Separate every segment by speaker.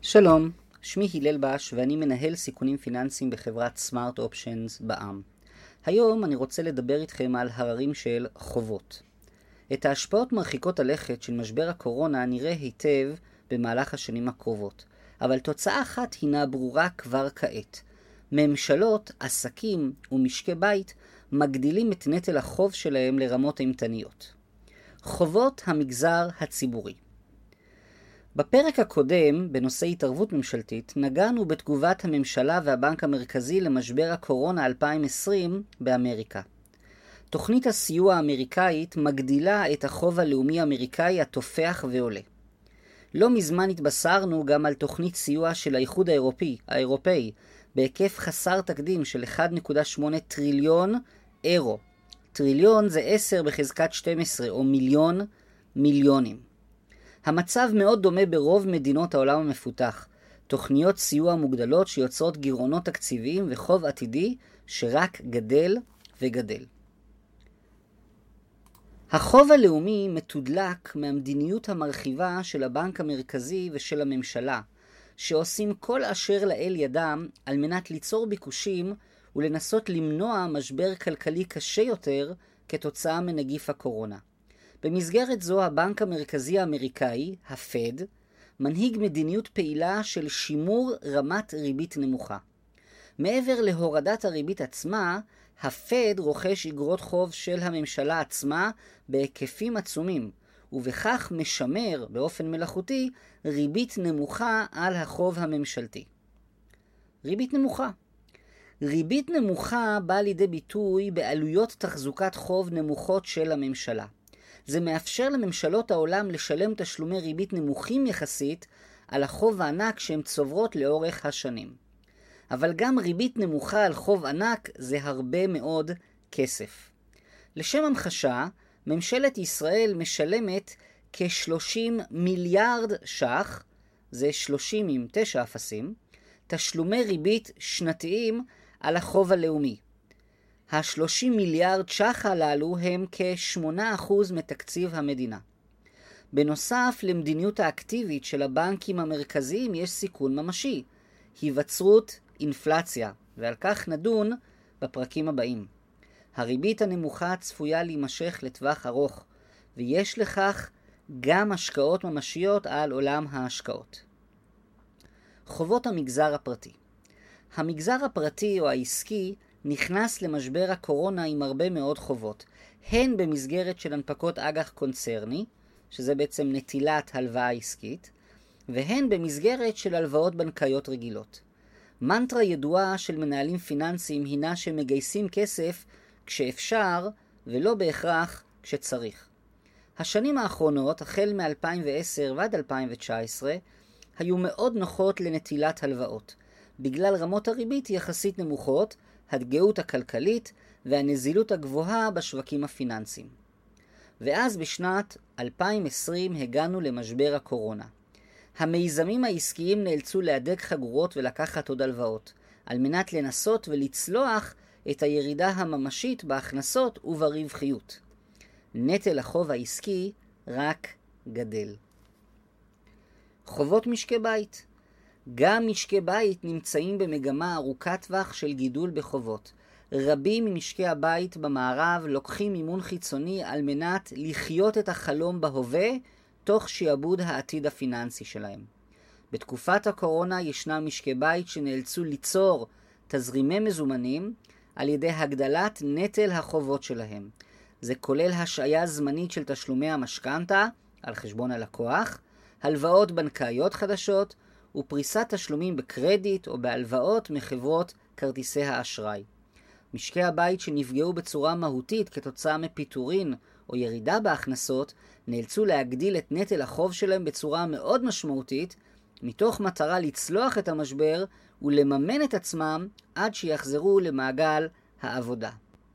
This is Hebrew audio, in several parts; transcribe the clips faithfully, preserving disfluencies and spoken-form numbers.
Speaker 1: שלום, שמי הלל בש ואני מנהל סיכונים פיננסיים בחברת סמארט אופשנס בע"מ. היום אני רוצה לדבר איתכם על הררים של חובות. את ההשפעות מרחיקות הלכת של משבר הקורונה נראה היטב במהלך השנים הקרובות, אבל תוצאה אחת הינה ברורה כבר כעת. ממשלות, עסקים ומשקי בית מגדילים את נטל החוב שלהם לרמות אימתניות. חובות המגזר הציבורי. בפרק הקודם, בנושא התערבות ממשלתית, נגענו בתגובת הממשלה והבנק המרכזי למשבר הקורונה אלפיים ועשרים באמריקה. תוכנית הסיוע האמריקאית מגדילה את החוב הלאומי האמריקאי התופח ועולה. לא מזמן התבשרנו גם על תוכנית סיוע של האיחוד האירופי, האירופאי, בהיקף חסר תקדים של אחד נקודה שמונה טריליון אירו. טריליון זה עשר בחזקת שתים עשרה או מיליון מיליונים. המצב מאוד דומה ברוב מדינות העולם המפותח, תוכניות סיוע מוגדלות שיוצרות גירעונות תקציביים וחוב עתידי שרק גדל וגדל. החוב הלאומי מתודלק מהמדיניות המרחיבה של הבנק המרכזי ושל הממשלה, שעושים כל אשר לאל ידם על מנת ליצור ביקושים ולנסות למנוע משבר כלכלי קשה יותר כתוצאה מנגיף הקורונה. במסגרת זו הבנק המרכזי האמריקאי, הפד, מנהיג מדיניות פעילה של שימור רמת ריבית נמוכה. מעבר להורדת הריבית עצמה, הפד רוכש אגרות חוב של הממשלה עצמה בהיקפים עצומים, ובכך משמר באופן מלאכותי ריבית נמוכה על החוב הממשלתי. ריבית נמוכה. ריבית נמוכה באה לידי ביטוי בעלויות תחזוקת חוב נמוכות של הממשלה. זה מאפשר לממשלות העולם לשלם תשלומי ריבית נמוכים יחסית על החוב הענק שהן צוברות לאורך השנים. אבל גם ריבית נמוכה על חוב ענק זה הרבה מאוד כסף. לשם המחשה, ממשלת ישראל משלמת כ-שלושים מיליארד ש"ח, זה שלושים עם תשע אפסים, תשלומי ריבית שנתיים על החוב הלאומי. ה-שלושים מיליארד ש"ח הללו הם כ-שמונה אחוז מתקציב המדינה. בנוסף למדיניות האקטיבית של הבנקים המרכזיים יש סיכון ממשי, היווצרות אינפלציה, ועל כך נדון בפרקים הבאים. הריבית הנמוכה צפויה להימשך לטווח ארוך, ויש לכך גם השקעות ממשיות על עולם ההשקעות. חובות המגזר הפרטי. המגזר הפרטי או העסקי נכנס למשבר הקורונה עם הרבה מאוד חובות, הן במסגרת של הנפקות אג"ח קונצרני, שזה בעצם נטילת הלוואה עסקית, והן במסגרת של הלוואות בנקאיות רגילות. מנטרה ידועה של מנהלים פיננסיים הינה שמגייסים כסף כשאפשר ולא בהכרח כשצריך. השנים האחרונות, החל מ-אלפיים ועשר ועד אלפיים ותשע עשרה, היו מאוד נוחות לנטילת הלוואות, בגלל רמות הריבית יחסית נמוכות, הדגאות הכלכלית והנזילות הגבוהה בשווקים הפיננסיים. ואז בשנת אלפיים ועשרים הגענו למשבר הקורונה. המיזמים העסקיים נאלצו להדק חגורות ולקחת עוד הלוואות, על מנת לנסות ולצלוח את הירידה הממשית בהכנסות וברווחיות. נטל החוב העסקי רק גדל. חובות משקי בית. גם משקי בית נמצאים במגמה ארוכת טווח של גידול בחובות. רבים ממשקי הבית במערב לוקחים מימון חיצוני על מנת לחיות את החלום בהווה, תוך שיעבוד העתיד הפיננסי שלהם. בתקופת הקורונה ישנם משקי בית שנאלצו ליצור תזרימי מזומנים על ידי הגדלת נטל החובות שלהם. זה כולל השעיה זמנית של תשלומי המשכנתה על חשבון הלקוח, הלוואות בנקאיות חדשות, ופריסת תשלומים בקרדיט או בהלוואות מחברות כרטיסי האשראי. משקי הבית שנפגעו בצורה מהותית כתוצאה מפיטורין או ירידה בהכנסות, נאלצו להגדיל את נטל החוב שלהם בצורה מאוד משמעותית, מתוך מטרה לצלוח את המשבר ולממן את עצמם עד שיחזרו למעגל העבודה.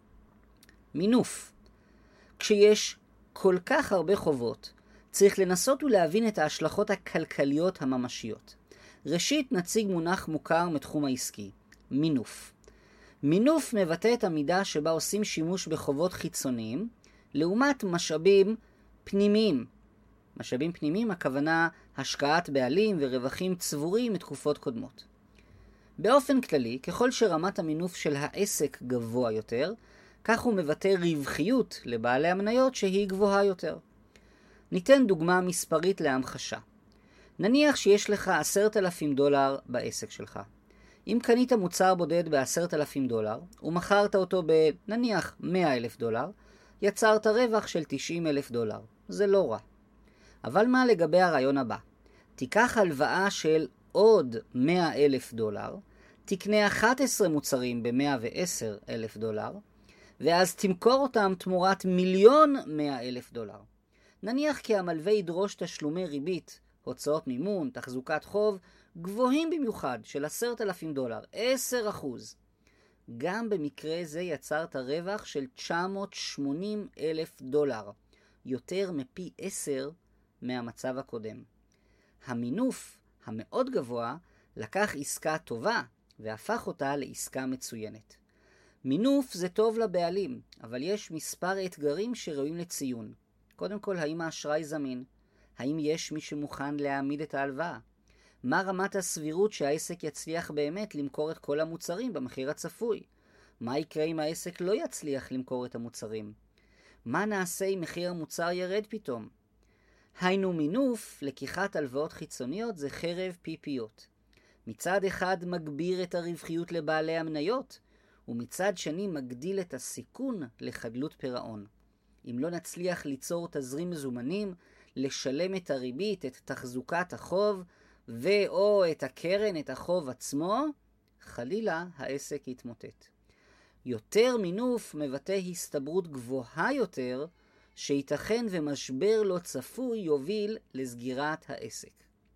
Speaker 1: מינוף. כשיש כל כך הרבה חובות, צריך לנסות ולהבין את ההשלכות הכלכליות הממשיות. ראשית נציג מונח מוכר מתחום העסקי, מינוף. מינוף מבטא את המידה שבה עושים שימוש בחובות חיצוניים, לעומת משאבים פנימיים, משאבים פנימיים הכוונה השקעת בעלים ורווחים צבורים מתקופות קודמות. באופן כללי, ככל שרמת המינוף של העסק גבוה יותר, כך הוא מבטא רווחיות לבעלי המניות שהיא גבוהה יותר. ניתן דוגמה מספרית להמחשה. נניח שיש לך עשרת אלפים דולר בעסק שלך. אם קנית מוצר בודד ב-עשרת אלפים דולר, ומכרת אותו בנניח מאה אלף דולר, יצרת רווח של תשעים אלף דולר. זה לא רע. אבל מה לגבי הרעיון הבא? תיקח הלוואה של עוד מאה אלף דולר, תקנה אחת עשרה מוצרים ב-מאה ועשרה אלף דולר, ואז תמכור אותם תמורת מיליון מאה אלף דולר. נניח כי המלווה ידרוש תשלומי ריבית, הוצאות מימון, תחזוקת חוב, גבוהים במיוחד של עשרת אלפים דולר, עשרה אחוז. גם במקרה זה יצרת רווח של תשע מאות ושמונים אלף דולר, יותר מפי עשר מהמצב הקודם. המינוף המאוד גבוה לקח עסקה טובה והפך אותה לעסקה מצוינת. מינוף זה טוב לבעלים, אבל יש מספר אתגרים שראויים לציון. קודם כל, האם האשראי זמין? האם יש מי שמוכן להעמיד את ההלוואה? מה רמת הסבירות שהעסק יצליח באמת למכור את כל המוצרים במחיר הצפוי? מה יקרה אם העסק לא יצליח למכור את המוצרים? מה נעשה אם מחיר המוצר ירד פתאום? היינו מינוף, לקיחת הלוואות חיצוניות זה חרב פיפיות. מצד אחד מגביר את הרווחיות לבעלי המניות, ומצד שני מגדיל את הסיכון לחדלות פירעון. אם לא נצליח ליצור תזרים מזומנים, לשלם את הריבית, את תחזוקת החוב, ואו את הקרן, את החוב עצמו, חלילה העסק יתמוטט. יותר מינוף מבטא הסתברות גבוהה יותר, שייתכן ומשבר לא צפוי יוביל לסגירת העסק.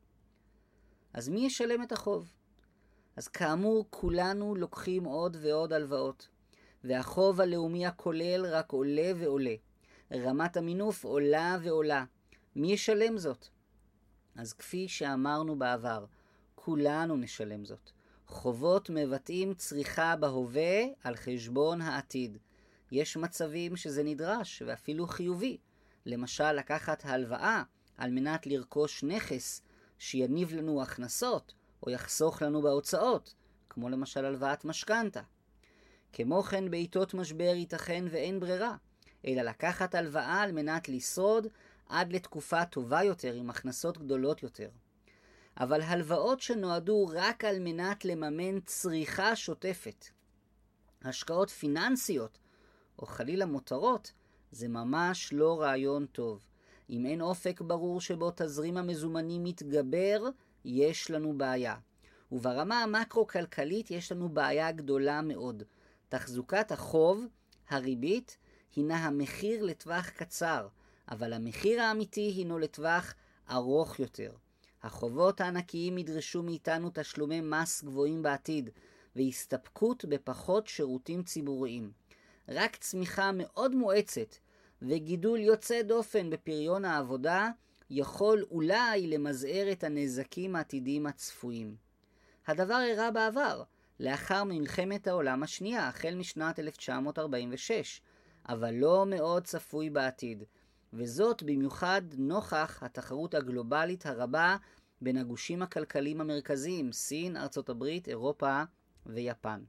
Speaker 1: אז מי ישלם את החוב? אז כאמור כולנו לוקחים עוד ועוד הלוואות, והחוב הלאומי הכולל רק עולה ועולה. רמת המינוף עולה ועולה. מי ישלם זאת? אז כפי שאמרנו בעבר, כולנו נשלם זאת. חובות מבטאים צריכה בהווה על חשבון העתיד. יש מצבים שזה נדרש ואפילו חיובי. למשל לקחת הלוואה על מנת לרכוש נכס שיניב לנו הכנסות או יחסוך לנו בהוצאות, כמו למשל הלוואת משכנתה. כמו כן בעיתות משבר ייתכן ואין ברירה, אלא לקחת הלוואה על מנת לשרוד עד לתקופה טובה יותר עם הכנסות גדולות יותר. אבל הלוואות שנועדו רק על מנת לממן צריכה שוטפת, השקעות פיננסיות או חלילה מותרות, זה ממש לא רעיון טוב. אם אין אופק ברור שבו תזרים המזומנים מתגבר, יש לנו בעיה. וברמה המקרו-כלכלית יש לנו בעיה גדולה מאוד. תחזוקת החוב, הריבית, הינה המחיר לטווח קצר, אבל המחיר האמיתי הינו לטווח ארוך יותר. החובות הענקיים ידרשו מאיתנו תשלומי מס גבוהים בעתיד, והסתפקות בפחות שירותים ציבוריים. רק צמיחה מאוד מואצת וגידול יוצא דופן בפריון העבודה יכול אולי למזער את הנזקים העתידיים הצפויים. הדבר אירע בעבר, לאחר מלחמת העולם השנייה, החל משנת אלף תשע מאות ארבעים ושש, אבל לא מאוד צפוי בעתיד, וזאת במיוחד נוכח התחרות הגלובלית הרבה בין הגושים הכלכליים המרכזיים, סין, ארצות הברית, אירופה ויפן.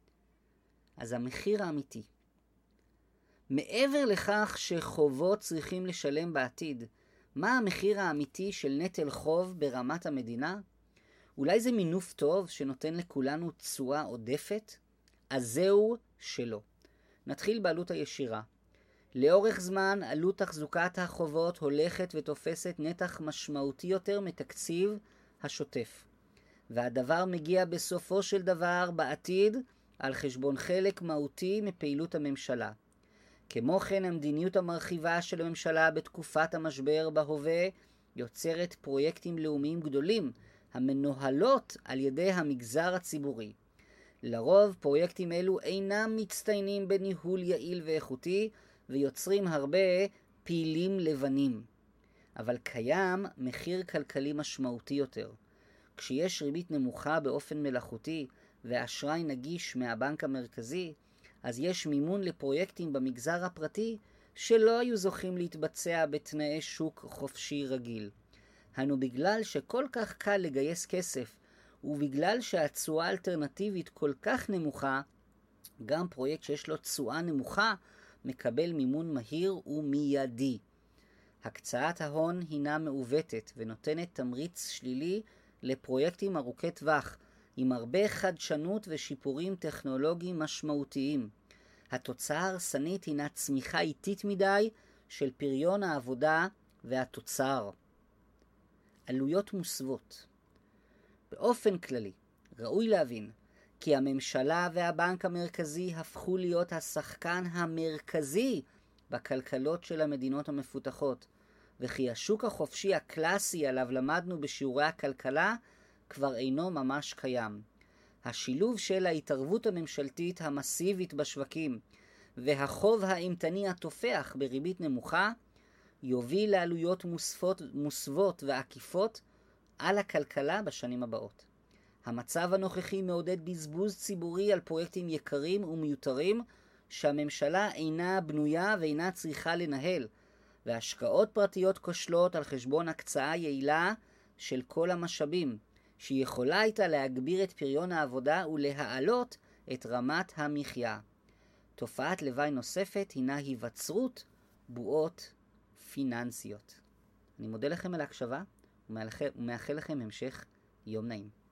Speaker 1: אז המחיר האמיתי. מעבר לכך שחובות צריכים לשלם בעתיד, מה המחיר האמיתי של נטל חוב ברמת המדינה? אולי זה מינוף טוב שנותן לכולנו תשואה עודפת? אז זהו שלא. נתחיל בעלות הישירה. לאורך זמן עלות תחזוקת החובות הולכת ותופסת נתח משמעותי יותר מתקציב השוטף. והדבר מגיע בסופו של דבר בעתיד על חשבון חלק מהותי מפעילות הממשלה. כמו כן המדיניות המרחיבה של הממשלה בתקופת המשבר בהווה יוצרת פרויקטים לאומיים גדולים המנוהלות על ידי המגזר הציבורי. לרוב פרויקטים אלו אינם מצטיינים בניהול יעיל ואיכותי ויוצרים הרבה פעילים לבנים. אבל קיים מחיר כלכלי משמעותי יותר. כשיש ריבית נמוכה באופן מלאכותי ואשראי נגיש מהבנק המרכזי, אז יש מימון לפרויקטים במגזר הפרטי שלא היו זוכים להתבצע בתנאי שוק חופשי רגיל. אנו בגלל שכל כך קל לגייס כסף, ובגלל שהתשואה האלטרנטיבית כל כך נמוכה, גם פרויקט שיש לו תשואה נמוכה מקבל מימון מהיר ומיידי. הקצאת ההון הינה מעוותת ונותנת תמריץ שלילי לפרויקטים ארוכי טווח, עם הרבה חדשנות ושיפורים טכנולוגיים משמעותיים. התוצאה ההרסנית הינה צמיחה איטית מדי של פריון העבודה והתוצר. עלויות מוסוות. באופן כללי, ראוי להבין כי הממשלה והבנק המרכזי הפכו להיות השחקן המרכזי בכלכלות של המדינות המפותחות, וכי השוק החופשי הקלאסי עליו למדנו בשיעורי הכלכלה כבר אינו ממש קיים. השילוב של ההתערבות הממשלתית המסיבית בשווקים והחוב האימתני התופח בריבית נמוכה יוביל לעלויות מוספות, מוסוות ועקיפות על הכלכלה בשנים הבאות. המצב הנוכחי מעודד בזבוז ציבורי על פרויקטים יקרים ומיותרים שהממשלה אינה בנויה ואינה צריכה לנהל, והשקעות פרטיות כושלות על חשבון הקצאה יעילה של כל המשאבים, שיכולה הייתה להגביר את פריון העבודה ולהעלות את רמת המחיה. תופעת לוואי נוספת הינה היווצרות בועות פיננסיות. אני מודה לכם על ההקשבה ומאחל לכם המשך יום נעים.